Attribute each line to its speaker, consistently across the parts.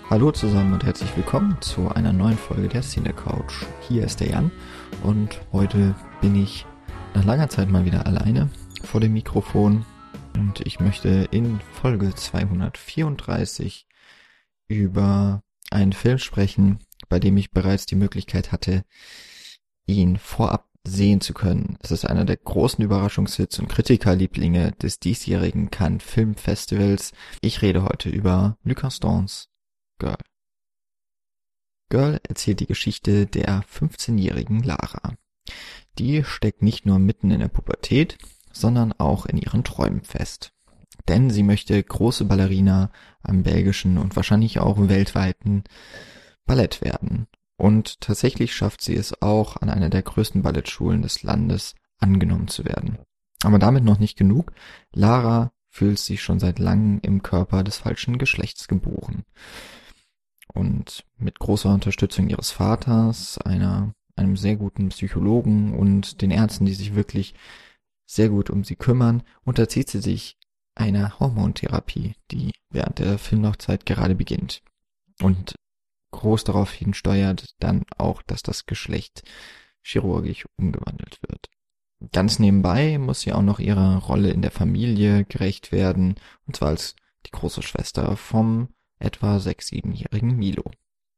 Speaker 1: Hallo zusammen und herzlich willkommen zu einer neuen Folge der Cine Couch. Hier ist der Jan und heute bin ich nach langer Zeit mal wieder alleine vor dem Mikrofon und ich möchte in Folge 234 über einen Film sprechen, bei dem ich bereits die Möglichkeit hatte, ihn vorab sehen zu können. Es ist einer der großen Überraschungshits und Kritikerlieblinge des diesjährigen Cannes Filmfestivals. Ich rede heute über Luc Gastons Girl. Girl erzählt die Geschichte der 15-jährigen Lara. Die steckt nicht nur mitten in der Pubertät, sondern auch in ihren Träumen fest. Denn sie möchte große Ballerina am belgischen und wahrscheinlich auch weltweiten Ballett werden. Und tatsächlich schafft sie es auch, an einer der größten Ballettschulen des Landes angenommen zu werden. Aber damit noch nicht genug. Lara fühlt sich schon seit langem im Körper des falschen Geschlechts geboren. Und mit großer Unterstützung ihres Vaters, einem sehr guten Psychologen und den Ärzten, die sich wirklich sehr gut um sie kümmern, unterzieht sie sich einer Hormontherapie, die während der Filmlaufzeit gerade beginnt. Und groß darauf hinsteuert dann auch, dass das Geschlecht chirurgisch umgewandelt wird. Ganz nebenbei muss sie auch noch ihrer Rolle in der Familie gerecht werden, und zwar als die große Schwester vom etwa 6-7-jährigen Milo.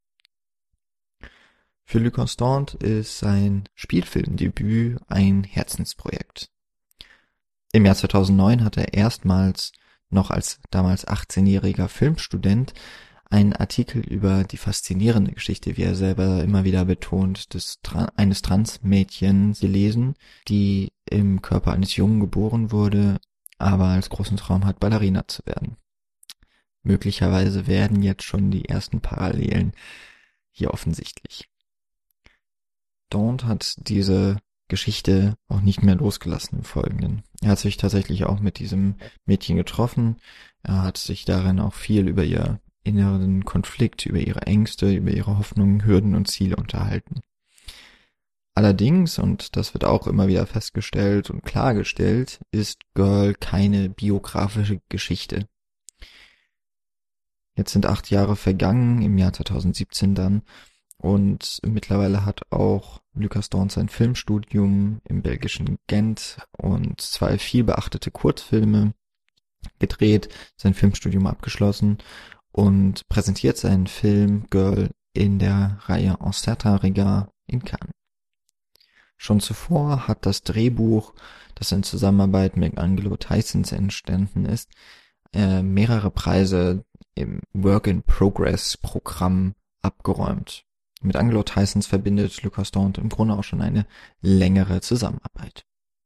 Speaker 1: Für Luc Gaston ist sein Spielfilmdebüt ein Herzensprojekt. Im Jahr 2009 hat er erstmals noch als damals 18-jähriger Filmstudent einen Artikel über die faszinierende Geschichte, wie er selber immer wieder betont, eines Transmädchens gelesen, die im Körper eines Jungen geboren wurde, aber als großen Traum hat, Ballerina zu werden. Möglicherweise werden jetzt schon die ersten Parallelen hier offensichtlich. Daunt hat diese Geschichte auch nicht mehr losgelassen im Folgenden. Er hat sich tatsächlich auch mit diesem Mädchen getroffen. Er hat sich darin auch viel über ihr inneren Konflikt, über ihre Ängste, über ihre Hoffnungen, Hürden und Ziele unterhalten. Allerdings, und das wird auch immer wieder festgestellt und klargestellt, ist Girl keine biografische Geschichte. Jetzt sind 8 Jahre vergangen, im Jahr 2017 dann, und mittlerweile hat auch Luc Gaston sein Filmstudium im belgischen Gent und 2 viel beachtete Kurzfilme gedreht, sein Filmstudium abgeschlossen und präsentiert seinen Film Girl in der Reihe Un certain regard in Cannes. Schon zuvor hat das Drehbuch, das in Zusammenarbeit mit Angelo Tysons entstanden ist, mehrere Preise im Work-in-Progress-Programm abgeräumt. Mit Angelo Tysons verbindet Luc Gaston im Grunde auch schon eine längere Zusammenarbeit.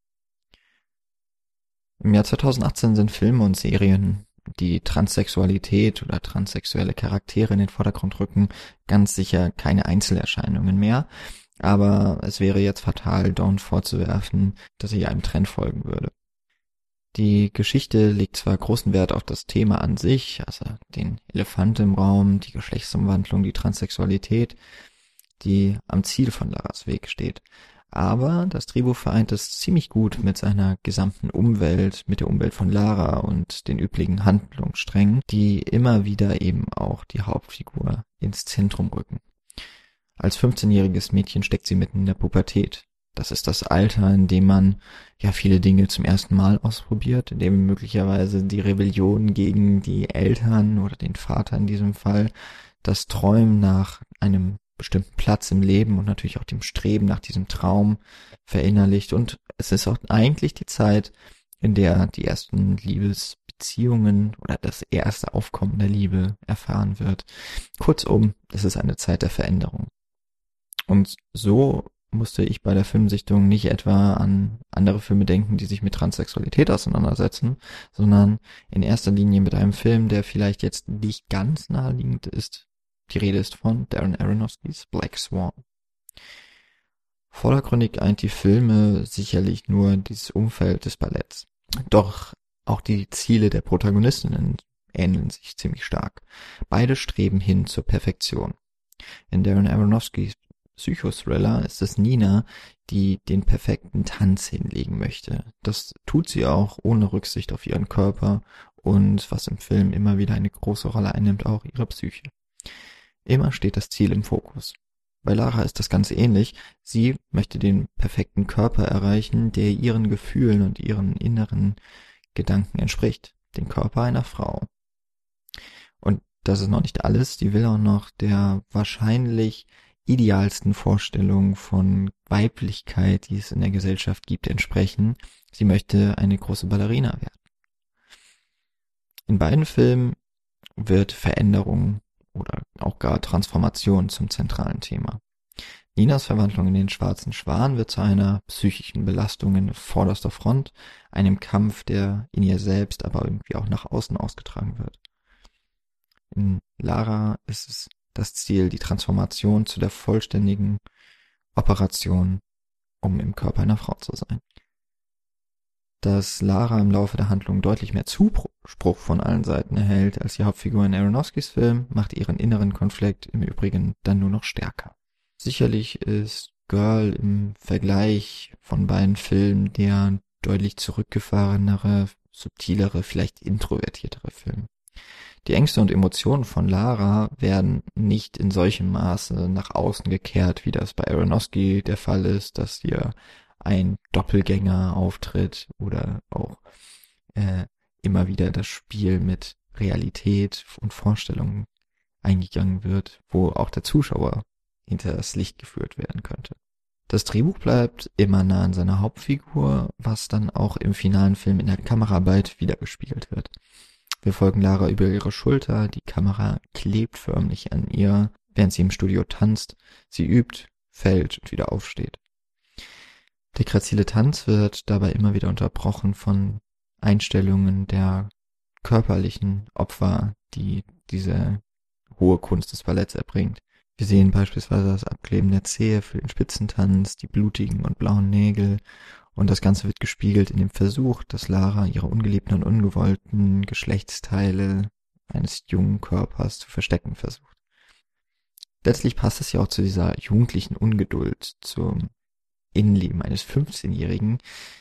Speaker 1: Im Jahr 2018 sind Filme und Serien, die Transsexualität oder transsexuelle Charaktere in den Vordergrund rücken, ganz sicher keine Einzelerscheinungen mehr. Aber es wäre jetzt fatal, Dawn vorzuwerfen, dass sie einem Trend folgen würde. Die Geschichte legt zwar großen Wert auf das Thema an sich, also den Elefant im Raum, die Geschlechtsumwandlung, die Transsexualität, die am Ziel von Laras Weg steht. Aber das Drehbuch vereint es ziemlich gut mit seiner gesamten Umwelt, mit der Umwelt von Lara und den üblichen Handlungssträngen, die immer wieder eben auch die Hauptfigur ins Zentrum rücken. Als 15-jähriges Mädchen steckt sie mitten in der Pubertät. Das ist das Alter, in dem man ja viele Dinge zum ersten Mal ausprobiert, in dem möglicherweise die Rebellion gegen die Eltern oder den Vater in diesem Fall, das Träumen nach einem bestimmten Platz im Leben und natürlich auch dem Streben nach diesem Traum verinnerlicht. Und es ist auch eigentlich die Zeit, in der die ersten Liebesbeziehungen oder das erste Aufkommen der Liebe erfahren wird. Kurzum, es ist eine Zeit der Veränderung. Und so musste ich bei der Filmsichtung nicht etwa an andere Filme denken, die sich mit Transsexualität auseinandersetzen, sondern in erster Linie mit einem Film, der vielleicht jetzt nicht ganz naheliegend ist. Die Rede ist von Darren Aronofskys Black Swan. Vordergründig eint die Filme sicherlich nur dieses Umfeld des Balletts. Doch auch die Ziele der Protagonistinnen ähneln sich ziemlich stark. Beide streben hin zur Perfektion. In Darren Aronofskys Psychothriller ist es Nina, die den perfekten Tanz hinlegen möchte. Das tut sie auch ohne Rücksicht auf ihren Körper und, was im Film immer wieder eine große Rolle einnimmt, auch ihre Psyche. Immer steht das Ziel im Fokus. Bei Lara ist das ganz ähnlich. Sie möchte den perfekten Körper erreichen, der ihren Gefühlen und ihren inneren Gedanken entspricht. Den Körper einer Frau. Und das ist noch nicht alles. Die will auch noch der wahrscheinlich idealsten Vorstellung von Weiblichkeit, die es in der Gesellschaft gibt, entsprechen. Sie möchte eine große Ballerina werden. In beiden Filmen wird Veränderung oder auch gar Transformation zum zentralen Thema. Ninas Verwandlung in den schwarzen Schwan wird zu einer psychischen Belastung in vorderster Front, einem Kampf, der in ihr selbst, aber irgendwie auch nach außen ausgetragen wird. In Lara ist es das Ziel, die Transformation zu der vollständigen Operation, um im Körper einer Frau zu sein. Dass Lara im Laufe der Handlung deutlich mehr Zuspruch von allen Seiten erhält als die Hauptfigur in Aronofskys Film, macht ihren inneren Konflikt im Übrigen dann nur noch stärker. Sicherlich ist Girl im Vergleich von beiden Filmen der deutlich zurückgefahrenere, subtilere, vielleicht introvertiertere Film. Die Ängste und Emotionen von Lara werden nicht in solchem Maße nach außen gekehrt, wie das bei Aronofsky der Fall ist, dass hier ein Doppelgänger auftritt oder auch immer wieder das Spiel mit Realität und Vorstellungen eingegangen wird, wo auch der Zuschauer hinter das Licht geführt werden könnte. Das Drehbuch bleibt immer nah an seiner Hauptfigur, was dann auch im finalen Film in der Kameraarbeit wiedergespiegelt wird. Wir folgen Lara über ihre Schulter, die Kamera klebt förmlich an ihr, während sie im Studio tanzt. Sie übt, fällt und wieder aufsteht. Der grazile Tanz wird dabei immer wieder unterbrochen von Einstellungen der körperlichen Opfer, die diese hohe Kunst des Balletts erbringt. Wir sehen beispielsweise das Abkleben der Zehe für den Spitzentanz, die blutigen und blauen Nägel, und das Ganze wird gespiegelt in dem Versuch, dass Lara ihre ungeliebten und ungewollten Geschlechtsteile eines jungen Körpers zu verstecken versucht. Letztlich passt es ja auch zu dieser jugendlichen Ungeduld, zum Innenleben eines 15-Jährigen,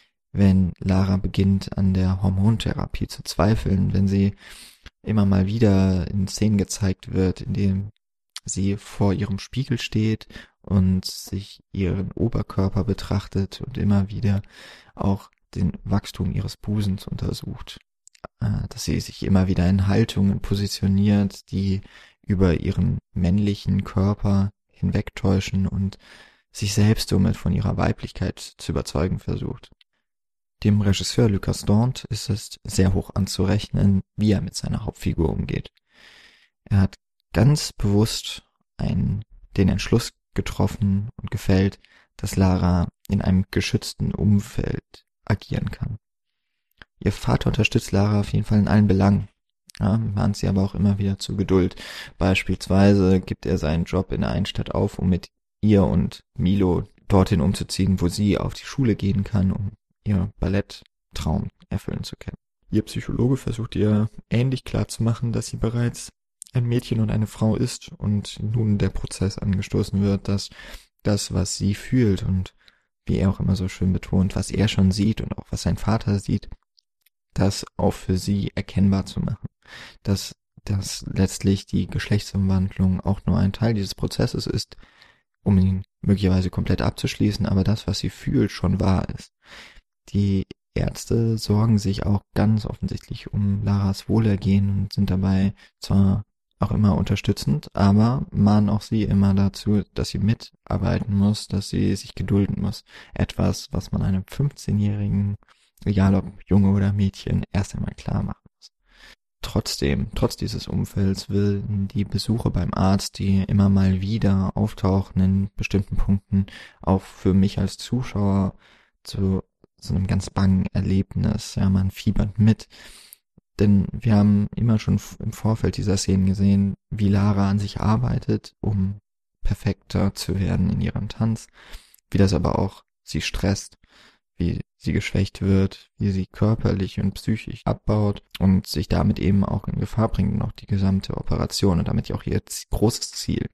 Speaker 1: wenn Lara beginnt, an der Hormontherapie zu zweifeln, wenn sie immer mal wieder in Szenen gezeigt wird, in denen sie vor ihrem Spiegel steht und sich ihren Oberkörper betrachtet und immer wieder auch den Wachstum ihres Busens untersucht. Dass sie sich immer wieder in Haltungen positioniert, die über ihren männlichen Körper hinwegtäuschen und sich selbst somit von ihrer Weiblichkeit zu überzeugen versucht. Dem Regisseur Lucas Dont ist es sehr hoch anzurechnen, wie er mit seiner Hauptfigur umgeht. Er hat ganz bewusst den Entschluss getroffen und gefällt, dass Lara in einem geschützten Umfeld agieren kann. Ihr Vater unterstützt Lara auf jeden Fall in allen Belangen, mahnt sie aber auch immer wieder zur Geduld. Beispielsweise gibt er seinen Job in der Innenstadt auf, um mit ihr und Milo dorthin umzuziehen, wo sie auf die Schule gehen kann, um ihr Balletttraum erfüllen zu können. Ihr Psychologe versucht ihr ähnlich klarzumachen, dass sie bereits ein Mädchen und eine Frau ist und nun der Prozess angestoßen wird, dass das, was sie fühlt und wie er auch immer so schön betont, was er schon sieht und auch was sein Vater sieht, das auch für sie erkennbar zu machen. Dass letztlich die Geschlechtsumwandlung auch nur ein Teil dieses Prozesses ist, um ihn möglicherweise komplett abzuschließen, aber das, was sie fühlt, schon wahr ist. Die Ärzte sorgen sich auch ganz offensichtlich um Laras Wohlergehen und sind dabei zwar auch immer unterstützend, aber mahnen auch sie immer dazu, dass sie mitarbeiten muss, dass sie sich gedulden muss. Etwas, was man einem 15-Jährigen, egal ob Junge oder Mädchen, erst einmal klar machen muss. Trotz dieses Umfelds will die Besuche beim Arzt, die immer mal wieder auftauchen in bestimmten Punkten, auch für mich als Zuschauer zu so einem ganz bangen Erlebnis. Ja, man fiebert mit. Denn wir haben immer schon im Vorfeld dieser Szenen gesehen, wie Lara an sich arbeitet, um perfekter zu werden in ihrem Tanz, wie das aber auch sie stresst, wie sie geschwächt wird, wie sie körperlich und psychisch abbaut und sich damit eben auch in Gefahr bringt, noch die gesamte Operation und damit auch ihr großes Ziel.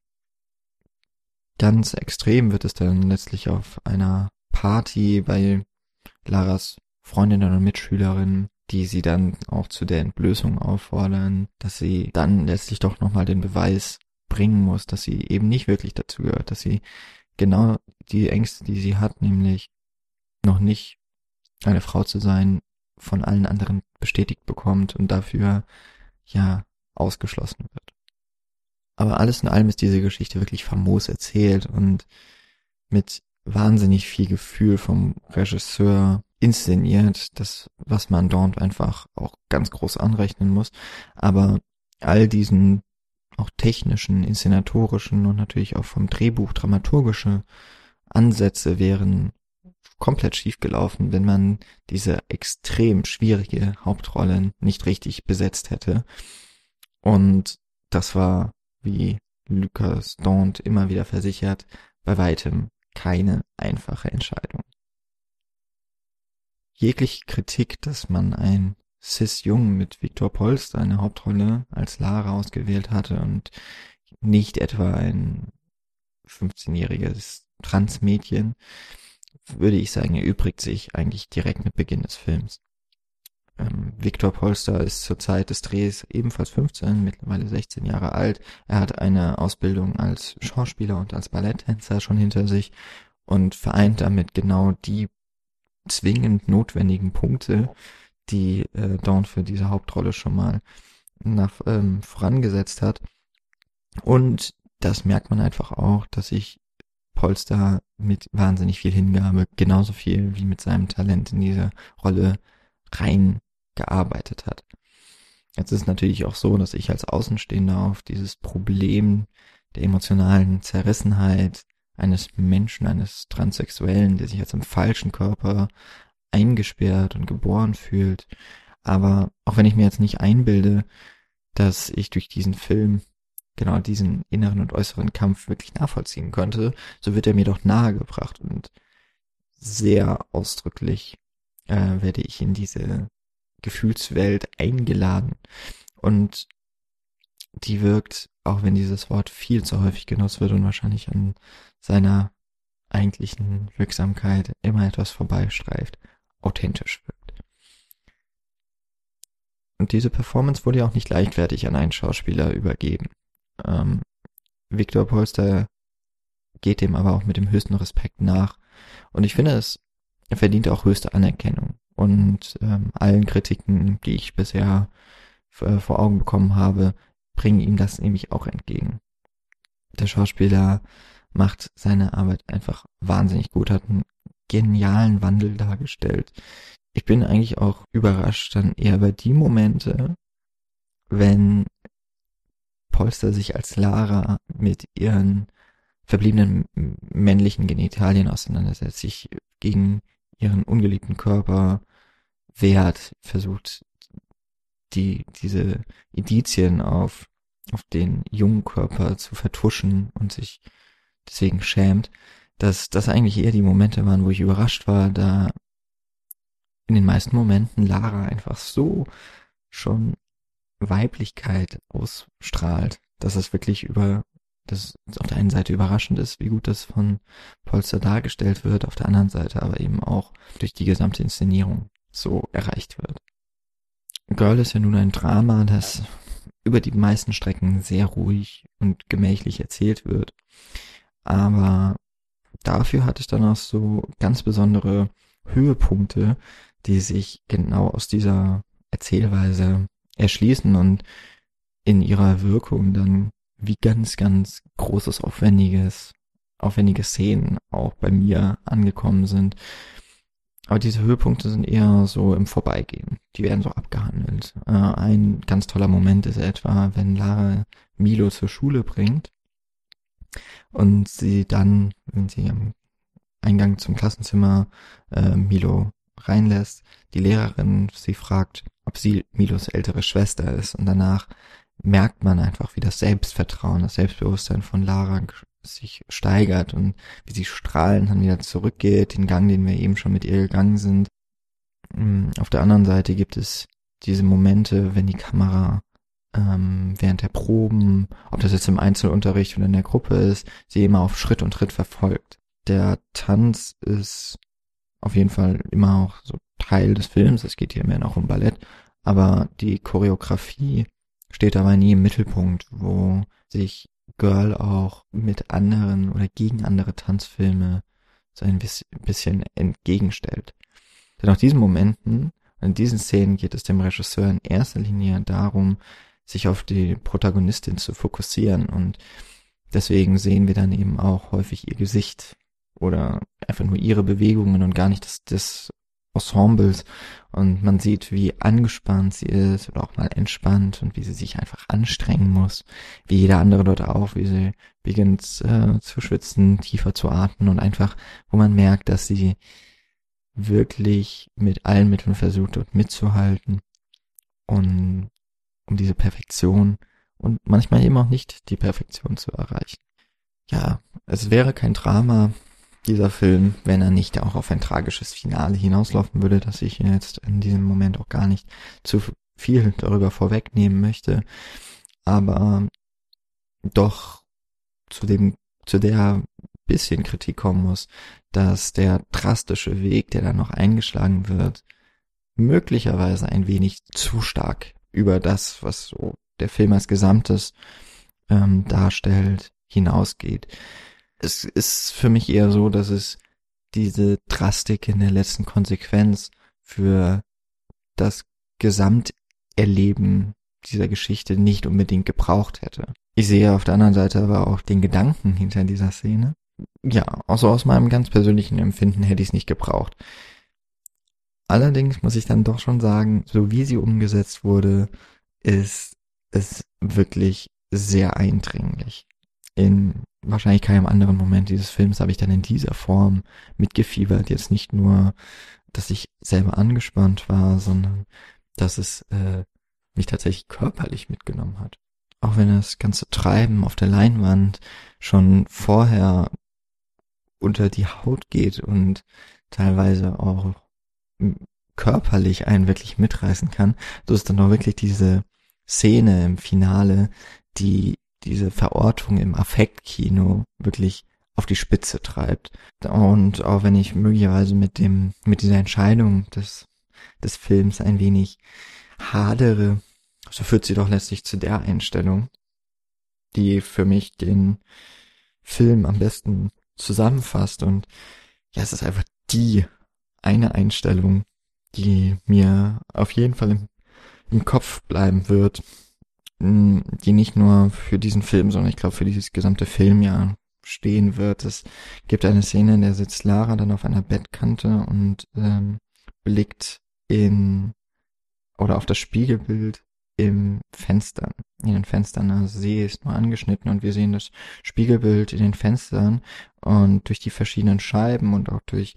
Speaker 1: Ganz extrem wird es dann letztlich auf einer Party bei Laras Freundinnen und Mitschülerinnen, die sie dann auch zu der Entblößung auffordern, dass sie dann letztlich doch nochmal den Beweis bringen muss, dass sie eben nicht wirklich dazu gehört, dass sie genau die Ängste, die sie hat, nämlich noch nicht eine Frau zu sein, von allen anderen bestätigt bekommt und dafür ja ausgeschlossen wird. Aber alles in allem ist diese Geschichte wirklich famos erzählt und mit wahnsinnig viel Gefühl vom Regisseur inszeniert, das, was man dort einfach auch ganz groß anrechnen muss. Aber all diesen auch technischen, inszenatorischen und natürlich auch vom Drehbuch dramaturgische Ansätze wären komplett schiefgelaufen, wenn man diese extrem schwierige Hauptrolle nicht richtig besetzt hätte. Und das war, wie Lucas Daunt immer wieder versichert, bei weitem keine einfache Entscheidung. Jegliche Kritik, dass man ein Cis-Jung mit Victor Polster eine Hauptrolle als Lara ausgewählt hatte und nicht etwa ein 15-jähriges Transmädchen, würde ich sagen, erübrigt sich eigentlich direkt mit Beginn des Films. Victor Polster ist zur Zeit des Drehs ebenfalls 15, mittlerweile 16 Jahre alt. Er hat eine Ausbildung als Schauspieler und als Balletttänzer schon hinter sich und vereint damit genau die zwingend notwendigen Punkte, die Dawn für diese Hauptrolle schon mal vorangesetzt hat. Und das merkt man einfach auch, dass sich Polster mit wahnsinnig viel Hingabe, genauso viel wie mit seinem Talent in diese Rolle reingearbeitet hat. Jetzt ist es natürlich auch so, dass ich als Außenstehender auf dieses Problem der emotionalen Zerrissenheit eines Menschen, eines Transsexuellen, der sich jetzt im falschen Körper eingesperrt und geboren fühlt. Aber auch wenn ich mir jetzt nicht einbilde, dass ich durch diesen Film genau diesen inneren und äußeren Kampf wirklich nachvollziehen könnte, so wird er mir doch nahegebracht und sehr ausdrücklich werde ich in diese Gefühlswelt eingeladen. Und die wirkt, auch wenn dieses Wort viel zu häufig genutzt wird und wahrscheinlich an seiner eigentlichen Wirksamkeit immer etwas vorbeistreift, authentisch wirkt. Und diese Performance wurde ja auch nicht leichtfertig an einen Schauspieler übergeben. Victor Polster geht dem aber auch mit dem höchsten Respekt nach. Und ich finde, er verdient auch höchste Anerkennung. Und allen Kritiken, die ich bisher vor Augen bekommen habe, bringen ihm das nämlich auch entgegen. Der Schauspieler macht seine Arbeit einfach wahnsinnig gut, hat einen genialen Wandel dargestellt. Ich bin eigentlich auch überrascht dann eher über die Momente, wenn Polster sich als Lara mit ihren verbliebenen männlichen Genitalien auseinandersetzt, sich gegen ihren ungeliebten Körper wehrt, versucht diese Indizien auf den jungen Körper zu vertuschen und sich deswegen schämt, dass das eigentlich eher die Momente waren, wo ich überrascht war, da in den meisten Momenten Lara einfach so schon Weiblichkeit ausstrahlt, dass es wirklich dass auf der einen Seite überraschend ist, wie gut das von Polster dargestellt wird, auf der anderen Seite aber eben auch durch die gesamte Inszenierung so erreicht wird. Girl ist ja nun ein Drama, das über die meisten Strecken sehr ruhig und gemächlich erzählt wird, aber dafür hat es dann auch so ganz besondere Höhepunkte, die sich genau aus dieser Erzählweise erschließen und in ihrer Wirkung dann wie ganz, ganz großes, aufwendige Szenen auch bei mir angekommen sind. Aber diese Höhepunkte sind eher so im Vorbeigehen. Die werden so abgehandelt. Ein ganz toller Moment ist etwa, wenn Lara Milo zur Schule bringt und sie dann, wenn sie am Eingang zum Klassenzimmer Milo reinlässt, die Lehrerin sie fragt, ob sie Milos ältere Schwester ist. Und danach merkt man einfach, wie das Selbstvertrauen, das Selbstbewusstsein von Lara sich steigert und wie sie strahlend dann wieder zurückgeht, den Gang, den wir eben schon mit ihr gegangen sind. Auf der anderen Seite gibt es diese Momente, wenn die Kamera während der Proben, ob das jetzt im Einzelunterricht oder in der Gruppe ist, sie immer auf Schritt und Tritt verfolgt. Der Tanz ist auf jeden Fall immer auch so Teil des Films, es geht hier mehr noch um Ballett, aber die Choreografie steht dabei nie im Mittelpunkt, wo sich Girl auch mit anderen oder gegen andere Tanzfilme so ein bisschen entgegenstellt. Denn auf diesen Momenten, in diesen Szenen geht es dem Regisseur in erster Linie darum, sich auf die Protagonistin zu fokussieren, und deswegen sehen wir dann eben auch häufig ihr Gesicht oder einfach nur ihre Bewegungen und gar nicht des Ensembles, und man sieht, wie angespannt sie ist oder auch mal entspannt und wie sie sich einfach anstrengen muss, wie jeder andere dort auch, wie sie beginnt zu schwitzen, tiefer zu atmen und einfach, wo man merkt, dass sie wirklich mit allen Mitteln versucht, dort mitzuhalten und um diese Perfektion und manchmal eben auch nicht die Perfektion zu erreichen. Ja, es wäre kein Drama, dieser Film, wenn er nicht auch auf ein tragisches Finale hinauslaufen würde, das ich jetzt in diesem Moment auch gar nicht zu viel darüber vorwegnehmen möchte, aber doch zu der bisschen Kritik kommen muss, dass der drastische Weg, der da noch eingeschlagen wird, möglicherweise ein wenig zu stark über das, was so der Film als Gesamtes darstellt, hinausgeht. Es ist für mich eher so, dass es diese Drastik in der letzten Konsequenz für das Gesamterleben dieser Geschichte nicht unbedingt gebraucht hätte. Ich sehe auf der anderen Seite aber auch den Gedanken hinter dieser Szene. Ja, also aus meinem ganz persönlichen Empfinden hätte ich es nicht gebraucht. Allerdings muss ich dann doch schon sagen, so wie sie umgesetzt wurde, ist es wirklich sehr eindringlich. In wahrscheinlich keinem anderen Moment dieses Films habe ich dann in dieser Form mitgefiebert. Jetzt nicht nur, dass ich selber angespannt war, sondern dass es mich tatsächlich körperlich mitgenommen hat. Auch wenn das ganze Treiben auf der Leinwand schon vorher unter die Haut geht und teilweise auch körperlich einen wirklich mitreißen kann, so ist dann auch wirklich diese Szene im Finale, die diese Verortung im Affektkino wirklich auf die Spitze treibt. Und auch wenn ich möglicherweise mit dieser Entscheidung des Films ein wenig hadere, so führt sie doch letztlich zu der Einstellung, die für mich den Film am besten zusammenfasst. Und ja, es ist einfach die eine Einstellung, die mir auf jeden Fall im Kopf bleiben wird, die nicht nur für diesen Film, sondern ich glaube für dieses gesamte Filmjahr stehen wird. Es gibt eine Szene, in der sitzt Lara dann auf einer Bettkante und blickt auf das Spiegelbild in den Fenstern. Also sie ist nur angeschnitten und wir sehen das Spiegelbild in den Fenstern, und durch die verschiedenen Scheiben und auch durch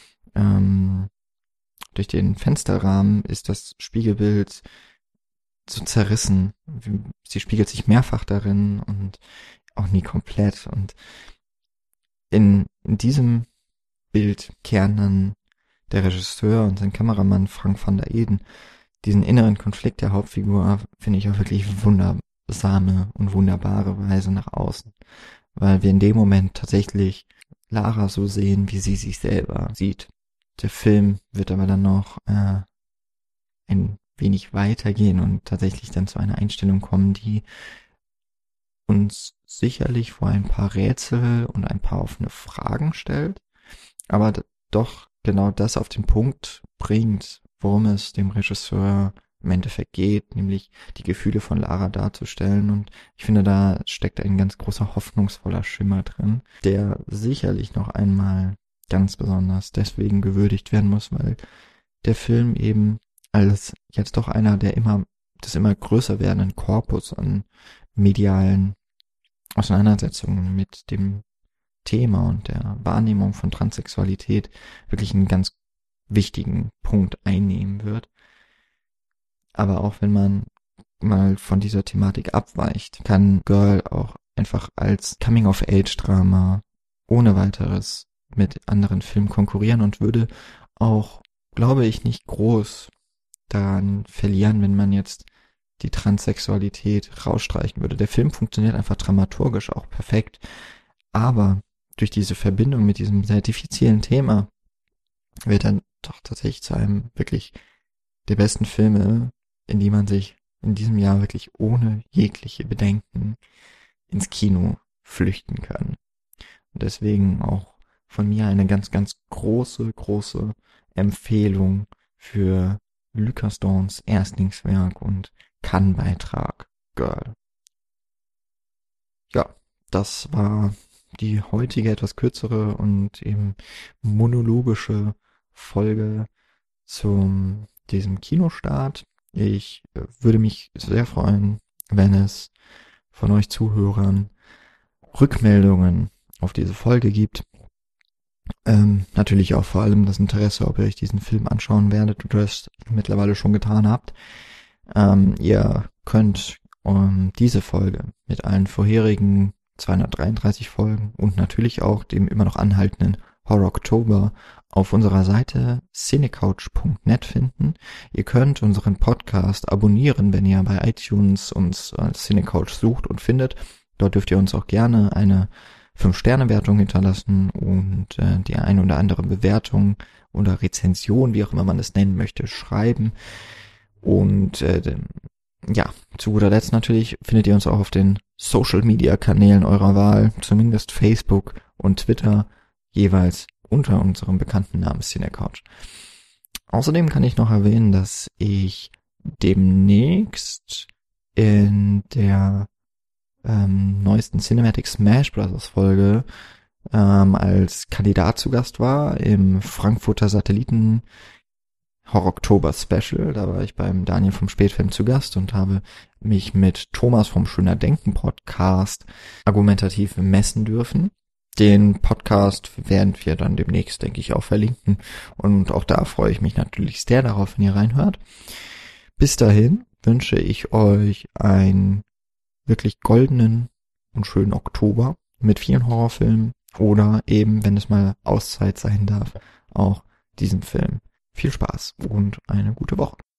Speaker 1: den Fensterrahmen ist das Spiegelbild so zerrissen. Sie spiegelt sich mehrfach darin und auch nie komplett. Und in diesem Bild kehren dann der Regisseur und sein Kameramann Frank van der Eden diesen inneren Konflikt der Hauptfigur, finde ich, auf wirklich wundersame und wunderbare Weise nach außen. Weil wir in dem Moment tatsächlich Lara so sehen, wie sie sich selber sieht. Der Film wird aber dann noch ein wenig weitergehen und tatsächlich dann zu einer Einstellung kommen, die uns sicherlich vor ein paar Rätsel und ein paar offene Fragen stellt, aber doch genau das auf den Punkt bringt, worum es dem Regisseur im Endeffekt geht, nämlich die Gefühle von Lara darzustellen. Und ich finde, da steckt ein ganz großer hoffnungsvoller Schimmer drin, der sicherlich noch einmal ganz besonders deswegen gewürdigt werden muss, weil der Film eben als jetzt doch einer des immer größer werdenden Korpus an medialen Auseinandersetzungen mit dem Thema und der Wahrnehmung von Transsexualität wirklich einen ganz wichtigen Punkt einnehmen wird. Aber auch wenn man mal von dieser Thematik abweicht, kann Girl auch einfach als Coming-of-Age-Drama ohne weiteres mit anderen Filmen konkurrieren und würde auch, glaube ich, nicht groß daran verlieren, wenn man jetzt die Transsexualität rausstreichen würde. Der Film funktioniert einfach dramaturgisch auch perfekt, aber durch diese Verbindung mit diesem sehr diffizilen Thema wird dann doch tatsächlich zu einem wirklich der besten Filme, in die man sich in diesem Jahr wirklich ohne jegliche Bedenken ins Kino flüchten kann. Und deswegen auch von mir eine ganz, ganz große Empfehlung für Lucas Dawns Erstlingswerk und Kann-Beitrag Girl. Ja, das war die heutige etwas kürzere und eben monologische Folge zu diesem Kinostart. Ich würde mich sehr freuen, wenn es von euch Zuhörern Rückmeldungen auf diese Folge gibt. Natürlich auch vor allem das Interesse, ob ihr euch diesen Film anschauen werdet oder es mittlerweile schon getan habt. Ihr könnt diese Folge mit allen vorherigen 233 Folgen und natürlich auch dem immer noch anhaltenden Horror Oktober auf unserer Seite cinecouch.net finden. Ihr könnt unseren Podcast abonnieren, wenn ihr bei iTunes uns als Cinecouch sucht und findet. Dort dürft ihr uns auch gerne eine 5-Sterne-Wertung hinterlassen und die ein oder andere Bewertung oder Rezension, wie auch immer man es nennen möchte, schreiben. Und ja, zu guter Letzt natürlich findet ihr uns auch auf den Social-Media-Kanälen eurer Wahl, zumindest Facebook und Twitter, jeweils unter unserem bekannten Namen Cinecouch. Außerdem kann ich noch erwähnen, dass ich demnächst in der neuesten Cinematic Smash Bros. Folge als Kandidat zu Gast war im Frankfurter Satelliten Horror Oktober Special. Da war ich beim Daniel vom Spätfilm zu Gast und habe mich mit Thomas vom Schöner Denken Podcast argumentativ messen dürfen. Den Podcast werden wir dann demnächst, denke ich, auch verlinken. Und auch da freue ich mich natürlich sehr darauf, wenn ihr reinhört. Bis dahin wünsche ich euch einen wirklich goldenen und schönen Oktober mit vielen Horrorfilmen oder eben, wenn es mal Auszeit sein darf, auch diesem Film. Viel Spaß und eine gute Woche.